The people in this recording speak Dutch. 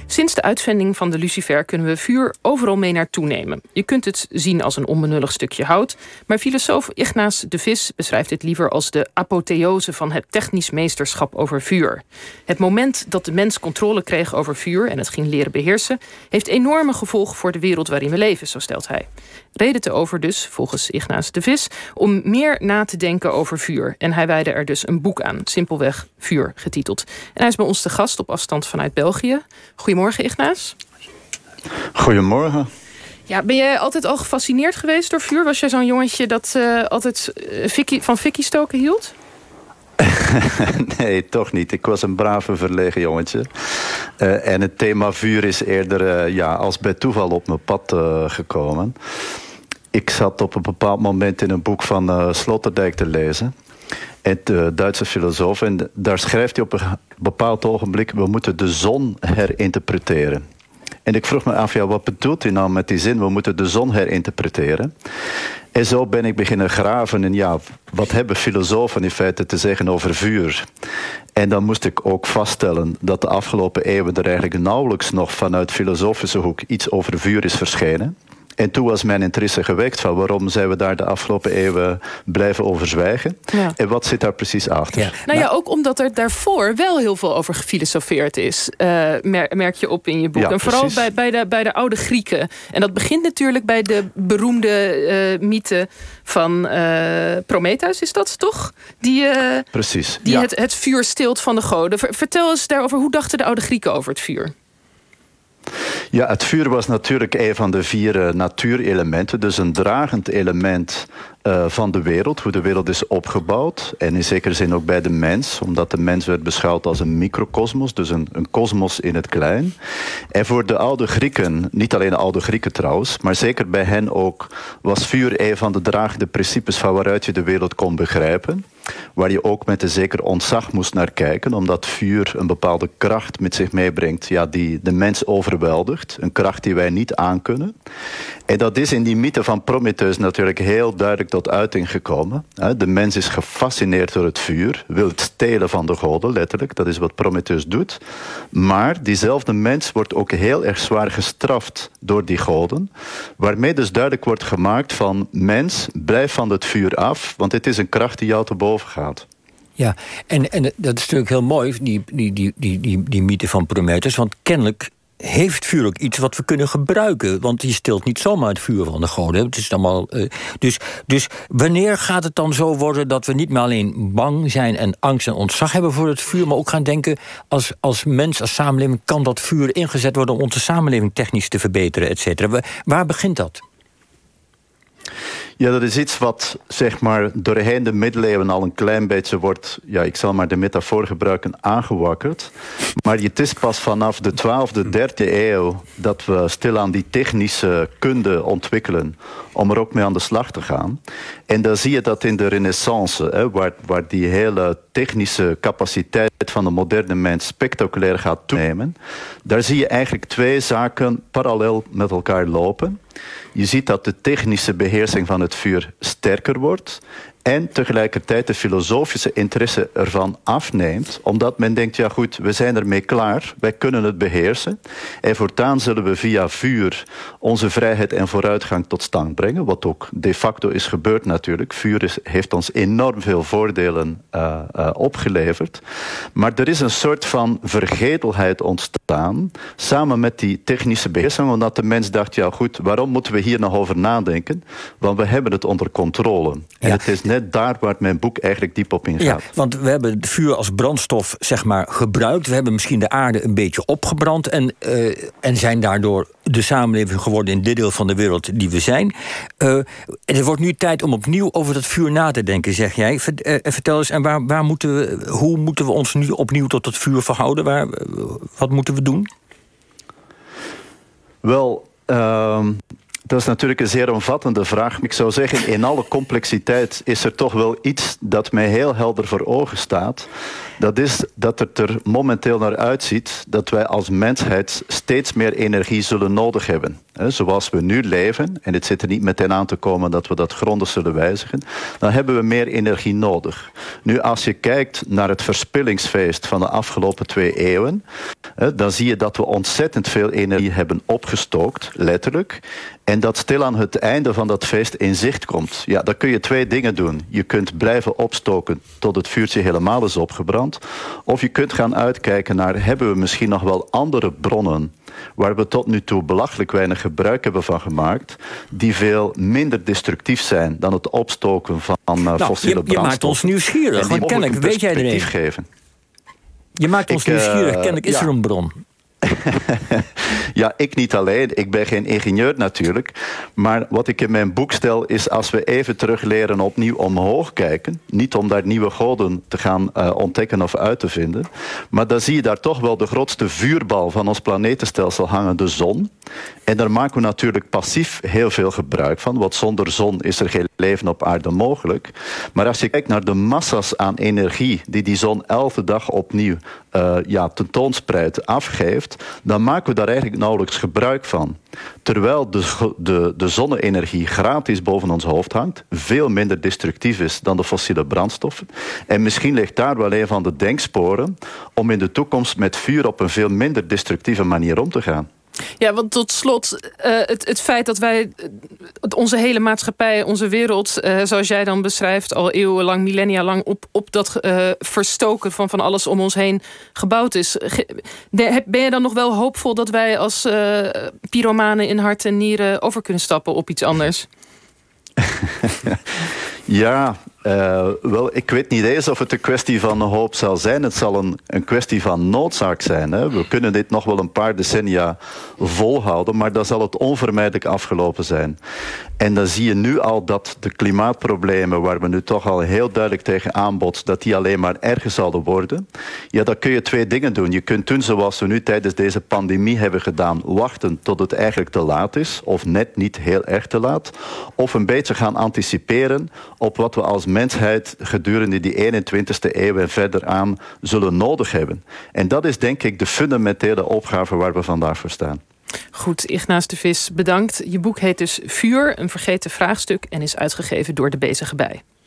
Sinds de uitvinding van de lucifer kunnen we vuur overal mee naartoe nemen. Je kunt het zien als een onbenullig stukje hout, maar filosoof Ignace de Vis beschrijft dit liever als de apotheose van het technisch meesterschap over vuur. Het moment dat de mens controle kreeg over vuur en het ging leren beheersen, heeft enorme gevolgen voor de wereld waarin we leven, zo stelt hij. Reden te over dus, volgens Ignace de Vis, om meer na te denken over vuur. En hij wijde er dus een boek aan, simpelweg Vuur getiteld. En hij is bij ons te gast op afstand vanuit België. Goedemorgen, Ignace. Goedemorgen. Ja, ben jij altijd al gefascineerd geweest door vuur? Was jij zo'n jongetje dat altijd van fikkie stoken hield? Nee, toch niet. Ik was een brave, verlegen jongetje. En het thema vuur is eerder als bij toeval op mijn pad gekomen. Ik zat op een bepaald moment in een boek van Sloterdijk te lezen. De Duitse filosoof. En daar schrijft hij op een bepaald ogenblik: we moeten de zon herinterpreteren. En ik vroeg me af, wat bedoelt hij nou met die zin? We moeten de zon herinterpreteren. En zo ben ik beginnen graven. En wat hebben filosofen in feite te zeggen over vuur? En dan moest ik ook vaststellen dat de afgelopen eeuwen er eigenlijk nauwelijks nog vanuit filosofische hoek iets over vuur is verschenen. En toen was mijn interesse gewekt van waarom zijn we daar de afgelopen eeuwen blijven over zwijgen. Ja. En wat zit daar precies achter? Ja. Ook omdat er daarvoor wel heel veel over gefilosofeerd is. Merk je op in je boek. Ja, en vooral bij de oude Grieken. En dat begint natuurlijk bij de beroemde mythe van Prometheus, is dat toch? Die het vuur steelt van de goden. Vertel eens daarover, hoe dachten de oude Grieken over het vuur? Ja, het vuur was natuurlijk een van de 4 natuurelementen. Dus een dragend element van de wereld. Hoe de wereld is opgebouwd. En in zekere zin ook bij de mens. Omdat de mens werd beschouwd als een microcosmos. Dus een kosmos in het klein. En voor de oude Grieken, niet alleen de oude Grieken trouwens, maar zeker bij hen ook, was vuur een van de dragende principes van waaruit je de wereld kon begrijpen. Waar je ook met een zeker ontzag moest naar kijken. Omdat vuur een bepaalde kracht met zich meebrengt. Die de mens overweldigt. Een kracht die wij niet aankunnen. En dat is in die mythe van Prometheus natuurlijk heel duidelijk tot uiting gekomen. De mens is gefascineerd door het vuur. Wil het stelen van de goden, letterlijk. Dat is wat Prometheus doet. Maar diezelfde mens wordt ook heel erg zwaar gestraft door die goden. Waarmee dus duidelijk wordt gemaakt van: mens, blijf van het vuur af. Want het is een kracht die jou te boven gaat. Ja, en dat is natuurlijk heel mooi, die mythe van Prometheus. Want kennelijk heeft vuur ook iets wat we kunnen gebruiken. Want je stilt niet zomaar het vuur van de goden. Het is allemaal, dus wanneer gaat het dan zo worden dat we niet meer alleen bang zijn en angst en ontzag hebben voor het vuur, maar ook gaan denken, als mens, als samenleving, kan dat vuur ingezet worden om onze samenleving technisch te verbeteren, et cetera. Waar begint dat? Ja, dat is iets wat zeg maar doorheen de middeleeuwen al een klein beetje wordt, ik zal maar de metafoor gebruiken, aangewakkerd. Maar het is pas vanaf de 12e, 13e eeuw dat we stilaan die technische kunde ontwikkelen om er ook mee aan de slag te gaan. En dan zie je dat in de Renaissance, waar die hele technische capaciteit van de moderne mens spectaculair gaat toenemen. Daar zie je eigenlijk 2 zaken parallel met elkaar lopen. Je ziet dat de technische beheersing van het vuur sterker wordt en tegelijkertijd de filosofische interesse ervan afneemt, omdat men denkt, we zijn ermee klaar, wij kunnen het beheersen en voortaan zullen we via vuur onze vrijheid en vooruitgang tot stand brengen, wat ook de facto is gebeurd natuurlijk. Vuur heeft ons enorm veel voordelen opgeleverd, maar er is een soort van vergetelheid ontstaan samen met die technische beheersing, omdat de mens dacht, waarom moeten we hier nog over nadenken, want we hebben het onder controle. En het is net daar waar mijn boek eigenlijk diep op ingaat. Ja, want we hebben het vuur als brandstof gebruikt. We hebben misschien de aarde een beetje opgebrand en zijn daardoor de samenleving geworden in dit deel van de wereld die we zijn. Er wordt nu tijd om opnieuw over dat vuur na te denken, zeg jij. Vertel eens, en hoe moeten we ons nu opnieuw tot het vuur verhouden? Wat moeten we doen? Wel, dat is natuurlijk een zeer omvattende vraag. Ik zou zeggen, in alle complexiteit is er toch wel iets dat mij heel helder voor ogen staat. Dat is dat het er momenteel naar uitziet dat wij als mensheid steeds meer energie zullen nodig hebben. zoals we nu leven, en het zit er niet meteen aan te komen dat we dat grondig zullen wijzigen, dan hebben we meer energie nodig. Nu, als je kijkt naar het verspillingsfeest van de afgelopen 2 eeuwen, dan zie je dat we ontzettend veel energie hebben opgestookt, letterlijk, en dat stilaan het einde van dat feest in zicht komt. Ja, dan kun je 2 dingen doen. Je kunt blijven opstoken tot het vuurtje helemaal is opgebrand, of je kunt gaan uitkijken naar, hebben we misschien nog wel andere bronnen waar we tot nu toe belachelijk weinig gebruik hebben van gemaakt, die veel minder destructief zijn dan het opstoken van fossiele brandstoffen. Je maakt ons nieuwsgierig, want kennelijk weet jij er een. Geven. Je maakt ons nieuwsgierig, kennelijk is er een bron. Ja, ik niet alleen. Ik ben geen ingenieur natuurlijk. Maar wat ik in mijn boek stel is, als we even terug leren opnieuw omhoog kijken, niet om daar nieuwe goden te gaan ontdekken of uit te vinden, maar dan zie je daar toch wel de grootste vuurbal van ons planetenstelsel hangen, de zon. En daar maken we natuurlijk passief heel veel gebruik van, want zonder zon is er geen leven op aarde mogelijk. Maar als je kijkt naar de massa's aan energie die zon elke dag opnieuw tentoonspreidt, afgeeft, dan maken we daar eigenlijk nauwelijks gebruik van. Terwijl de zonne-energie gratis boven ons hoofd hangt, veel minder destructief is dan de fossiele brandstoffen. En misschien ligt daar wel een van de denksporen om in de toekomst met vuur op een veel minder destructieve manier om te gaan. Ja, want tot slot, het feit dat wij onze hele maatschappij, onze wereld, zoals jij dan beschrijft, al eeuwenlang, millennia lang op dat verstoken van alles om ons heen gebouwd is. Ben je dan nog wel hoopvol dat wij als pyromanen in hart en nieren over kunnen stappen op iets anders? Ja, wel, ik weet niet eens of het een kwestie van hoop zal zijn. Het zal een kwestie van noodzaak zijn. Hè. We kunnen dit nog wel een paar decennia volhouden, maar dan zal het onvermijdelijk afgelopen zijn. En dan zie je nu al dat de klimaatproblemen, waar we nu toch al heel duidelijk tegen aanbotsen, dat die alleen maar erger zouden worden. Ja, dan kun je 2 dingen doen. Je kunt doen zoals we nu tijdens deze pandemie hebben gedaan, wachten tot het eigenlijk te laat is, of net niet heel erg te laat. Of een beetje gaan anticiperen op wat we als mensheid gedurende die 21ste eeuw en verder aan zullen nodig hebben. En dat is denk ik de fundamentele opgave waar we vandaag voor staan. Goed, Ignace de Vis, bedankt. Je boek heet dus Vuur, een vergeten vraagstuk en is uitgegeven door De Bezige Bij.